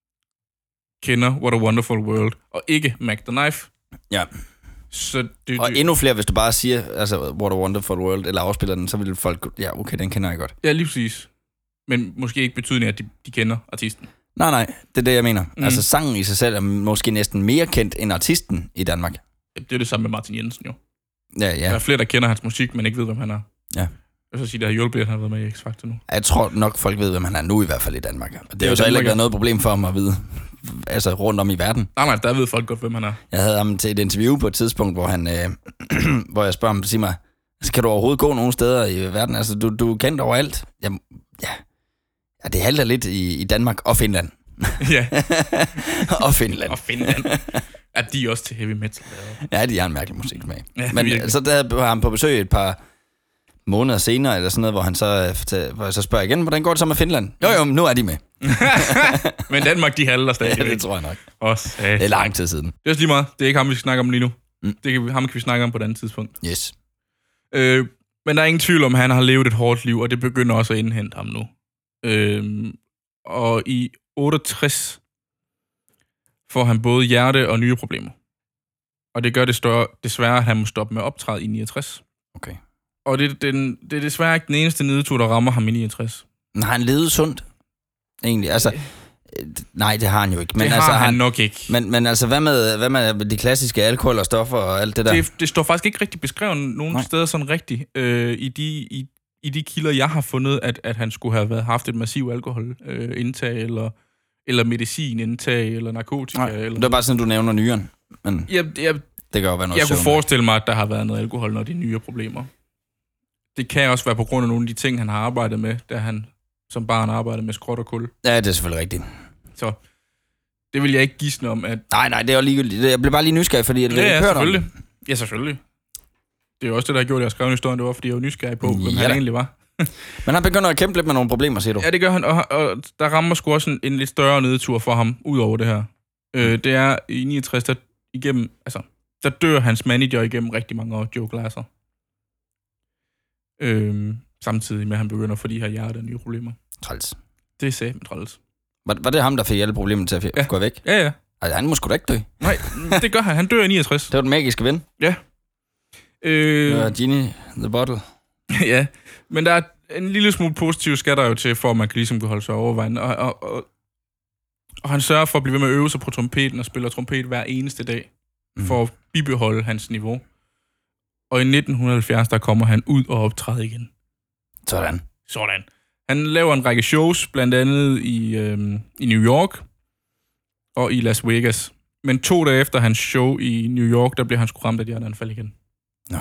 kender What a Wonderful World, og ikke Mac the Knife. Ja. Så det, Og det, endnu flere, hvis du bare siger, altså, What a Wonderful World, eller afspiller den, så vil folk, ja, okay, den kender jeg godt. ja, lige præcis. Men måske ikke betydning, at de, de kender artisten. Nej, nej, det er det, jeg mener. Mm. Mm. Altså, sangen i sig selv er måske næsten mere kendt end artisten i Danmark. Det er det samme med Martin Jensen jo. Ja, Ja. Der er ja. flere, der kender hans musik, men ikke ved, hvem han er. Ja. Jeg vil så sige, at det har hjulpet, at han har været med i X-Factor nu. Jeg tror nok, folk ved, hvem han er nu i hvert fald i Danmark. Og det Ja, har jo så heller Danmark ikke er- været noget problem for ham at vide, altså rundt om i verden. Nej, nej, der ved folk godt, hvem han er. Jeg havde ham til et interview på et tidspunkt, hvor han, øh, hvor jeg spørger ham, sig mig, altså, kan du overhovedet gå nogen steder i verden? Altså, du, du er kendt overalt. Jamen, ja. Ja, det halter lidt i, i Danmark og Finland. Ja, og Finland. og Finland. Er de også til heavy metal? Ja, de har en mærkelig musiksmag. Ja, Men virkelig. så der var han på besøg et par måneder senere, eller sådan noget, hvor han så, øh, fortæ- hvor jeg så spørger igen, hvordan går det så med Finland? Jo, jo, men nu er de med. Men Danmark, de halter stadig. Ja, det tror jeg nok. Også, ja. Det er lang tid siden. Det er også lige meget. Det er ikke ham, vi skal snakke om lige nu. Mm. Det kan, vi- ham kan vi snakke om på et andet tidspunkt. Yes. Øh, men der er ingen tvivl om, at han har levet et hårdt liv, og det begynder også at indhente ham nu. Øh, og i otteogtres får han både hjerte og nye problemer. Og det gør det større, desværre, at han må stoppe med at optræde i niogtres. Okay. Og det, den, det er desværre ikke den eneste nedtur, der rammer ham i niogtres. Men har han levet sundt? Egentlig, altså... øh, Nej, det har han jo ikke. Men Det altså, har han nok ikke. Men, men altså, hvad med, hvad med de klassiske alkohol og stoffer og alt det der? Det, det står faktisk ikke rigtig beskrevet nogen Nej. steder sådan rigtigt. Øh, i, de, i, I de kilder, jeg har fundet, at, at han skulle have været, haft et massivt alkoholindtag, øh, eller, eller medicinindtag, eller narkotika. Nej, eller det er bare sådan, du nævner nyren. Men jeg, jeg, det kan jo være noget jeg kunne søvn. forestille mig, at der har været noget alkohol, når de nye problemer. Det kan også være på grund af nogle af de ting, han har arbejdet med, da han som barn arbejdede med skrot og kul. Ja, det er selvfølgelig rigtigt. Så det vil jeg ikke gisne om, at... Nej, nej, det er jo ligegyldigt. Jeg blev bare lige nysgerrig, fordi jeg Ja, ikke ja, hørt om det. selvfølgelig. Ja, selvfølgelig. Det er jo også det, der har gjort, at jeg skrev en historie, det var, fordi jeg var nysgerrig på, hvem Ja han da. egentlig var. Men han begynder at kæmpe lidt med nogle problemer, siger du? Ja, det gør han, og, og der rammer sgu også en, en lidt større nedtur for ham, ud over det her. Øh, det er i niogtres, der igennem, altså, der dør hans manager igennem rigtig mange år, Joe Glasser. Øh, samtidig med, at han begynder at få de her hjerte og nye problemer. Træls. Det er sæt med træls. Var, var det ham, der fik alle problemer til at f- Ja. gå væk? Ja, ja. Altså, han må sgu da ikke dø. Nej, det gør han. Han dør i niogtres. Det var den magiske ven. Ja. Øh, Det var Genie the Bottle. ja, men der er en lille smule positiv skal der jo til, for at man kan ligesom kan holde sig over vandet. Og, og, og, og han sørger for at blive ved med at øve sig på trompeten og spiller trompet hver eneste dag, Mm. for at bibeholde hans niveau. Og i nitten halvfjerds, der kommer han ud og optræder igen. Sådan. Sådan. Han laver en række shows, blandt andet i, øhm, i New York og i Las Vegas. Men to dage efter hans show i New York, der bliver han sgu ramt af et hjerteanfald igen. Nå.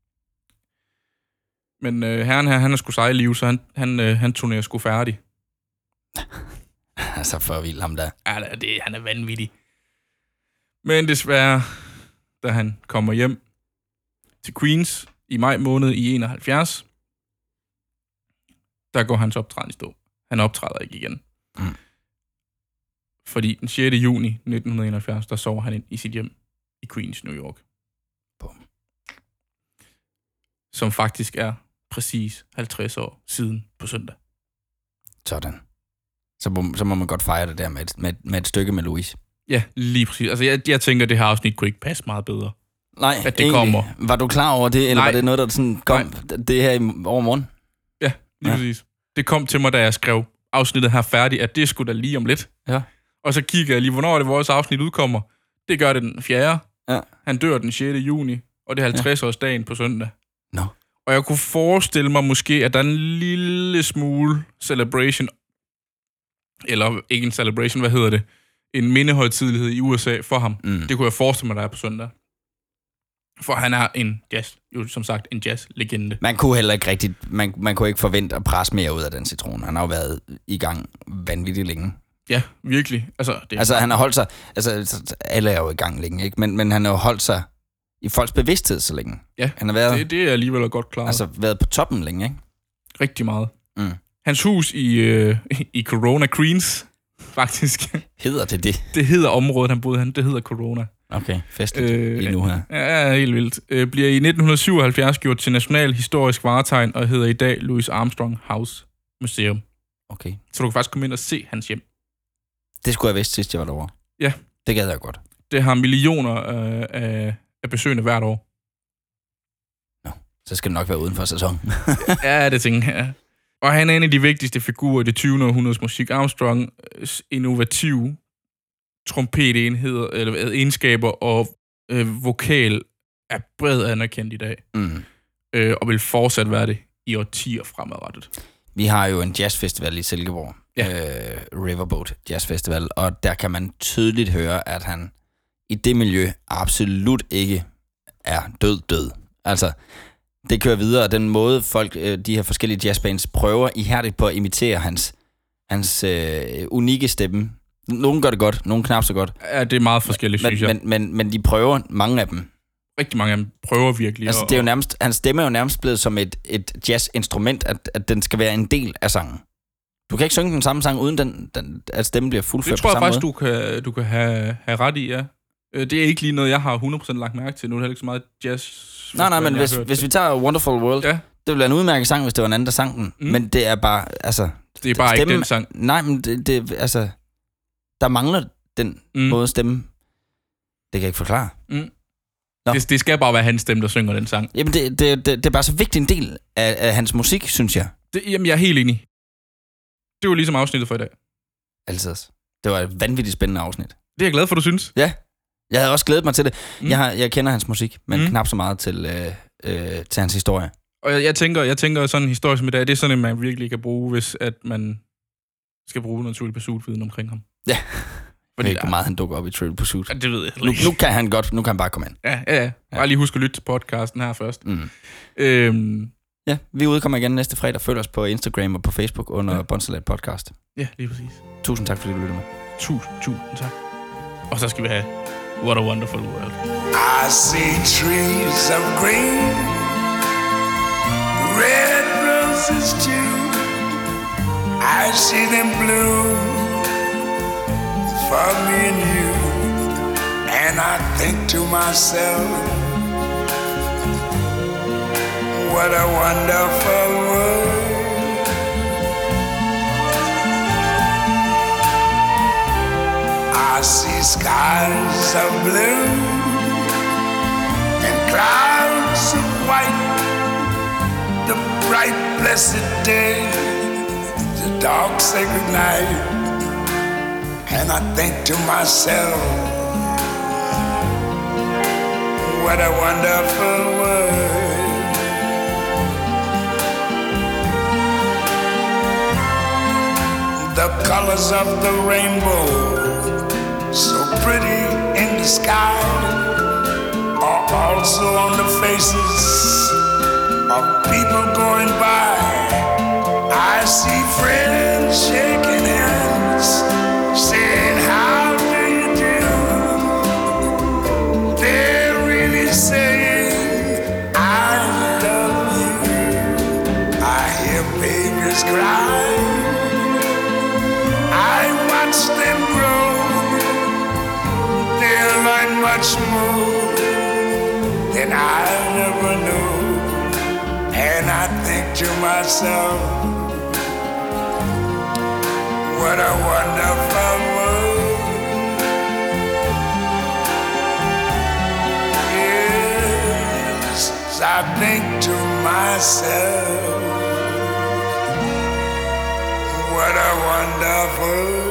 Men øh, herren her, han er sgu sej i liv, så han, han, øh, han turnerer sgu færdig. Altså, for vild ham der. Ja, det, han er vanvittig. Men desværre, da han kommer hjem til Queens i maj måned i enoghalvfjerds, der går hans optræden i stå. han optræder ikke igen. Mm. Fordi den sjette juni nitten enoghalvfjerds, der sover han ind i sit hjem i Queens, New York. Bum. Som faktisk er præcis halvtreds år siden på søndag. Sådan. Så må, så må man godt fejre det der med et, med, med et stykke med Louis. Ja, lige præcis. Altså, jeg, jeg tænker, at det her afsnit kunne ikke passe meget bedre. Nej, at det egentlig. Kommer. Var du klar over det, eller Nej. var det noget, der sådan kom Nej. det her i overmorgen? Ja, lige ja. præcis. Det kom til mig, da jeg skrev afsnittet her færdigt, at det skulle da lige om lidt. Ja. Og så kigger jeg lige, hvornår er det vores afsnit udkommer. Det gør det den fjerde. Ja. Han dør den sjette juni, og det er halvtreds-årsdagen på søndag. No. Og jeg kunne forestille mig måske, at der er en lille smule celebration, eller ikke en celebration, hvad hedder det? En mindehøjtidelighed i U S A for ham. Mm. Det kunne jeg forestille mig, der er på søndag. For han er en jazz, jo som sagt en jazz-legende. Man kunne heller ikke rigtigt, man, man kunne ikke forvente at presse mere ud af den citron. Han har jo været i gang vanvittigt længe. Ja, virkelig. Altså, det altså han har holdt sig, altså alle er jo i gang længe, ikke? Men, men han har jo holdt sig i folks bevidsthed så længe. Ja, han har været, det, det er alligevel godt klart. Altså været på toppen længe, ikke? Rigtig meget. Mm. Hans hus i, øh, i Corona Queens, faktisk. Hedder det det? Det hedder området, han boede han. Det hedder Corona. Okay, festligt øh, lige nu her. Ja, helt vildt. Øh, bliver i nitten syvoghalvfjerds gjort til national historisk vartegn og hedder i dag Louis Armstrong House Museum. Okay. Så du kan faktisk komme ind og se hans hjem. Det skulle jeg vidst sidst, jeg var derovre. Ja. Det gad jeg godt. Det har millioner øh, af, af besøgende hvert år. Nå, så skal det nok være uden for sæson. Ja, det tænker jeg. Og han er en af de vigtigste figurer i det tyvende århundredes musik. Armstrongs innovative trompetenheder, eller egenskaber og øh, vokal er bredt anerkendt i dag. Mm. Øh, og vil fortsat være det i årtier fremadrettet. Vi har jo en jazzfestival i Silkeborg. Ja. Øh, Riverboat Jazz Festival. Og der kan man tydeligt høre, at han i det miljø absolut ikke er død død. Altså, det kører videre, og den måde folk, de her forskellige jazzbands, prøver ihærdigt på at imitere hans, hans øh, unikke stemme. Nogle gør det godt, nogle knap så godt. Ja, det er meget forskelligt, men, synes jeg. Men, men, men de prøver, mange af dem. Rigtig mange af dem prøver virkelig. Altså, og, det er jo nærmest, hans stemme er jo nærmest blevet som et, et jazzinstrument, at, at den skal være en del af sangen. Du kan ikke synge den samme sang, uden den, den, at stemmen bliver fuldført det tror på samme jeg faktisk, måde. du kan, du kan have, have ret i, ja. Det er ikke lige noget, jeg har hundrede procent lagt mærke til. Nu er det heller ikke så meget jazz. Nej, nej, men hvis, hvis vi tager Wonderful World, ja. Det ville være en udmærket sang, hvis det var en anden, der sang den. Mm. Men det er bare, altså... Det er bare stemme, ikke den sang. Nej, men det, det altså... Der mangler den mm. måde at stemme. Det kan jeg ikke forklare. Mm. Det, det skal bare være hans stemme, der synger den sang. Jamen, det, det, det, det er bare så vigtig en del af, af hans musik, synes jeg. Det, jamen, jeg er helt enig. Det var ligesom afsnittet for i dag. Altid. Det var et vanvittigt spændende afsnit. Det er jeg glad for, du synes. Ja. Jeg havde også glædet mig til det. Mm. Jeg, har, jeg kender hans musik, men mm. knap så meget til, øh, øh, til hans historie. Og jeg, jeg tænker, jeg tænker sådan en historie som i dag, det er sådan, at man virkelig kan bruge, hvis at man skal bruge naturlig pursuit-viden omkring ham. Ja. Fordi jeg ved ikke, hvor meget han dukker op i Trivial Pursuit. Ja, det ved jeg nu, nu kan han godt, nu kan han bare komme ind. Ja, ja, ja. Bare lige husk at lytte til podcasten her først. Mm. Øhm, ja, vi udkommer igen næste fredag. Følg os på Instagram og på Facebook under ja. Bonsalat Podcast. Ja, lige præcis. Tusind tak, fordi du lyttede med. Tusind, tusind tak. Og så skal vi have What a Wonderful World. I see trees of green, red roses too. I see them bloom for me and you. And I think to myself, what a wonderful world. I see skies of blue and clouds of white, the bright blessed day, the dark sacred night. And I think to myself, what a wonderful world. The colors of the rainbow, so pretty in the sky, are also on the faces of people going by. I see friends shaking hands, saying, how do you do? They're really saying, I love you. I hear babies cry, to myself, what a wonderful world. Yes, I think to myself, what a wonderful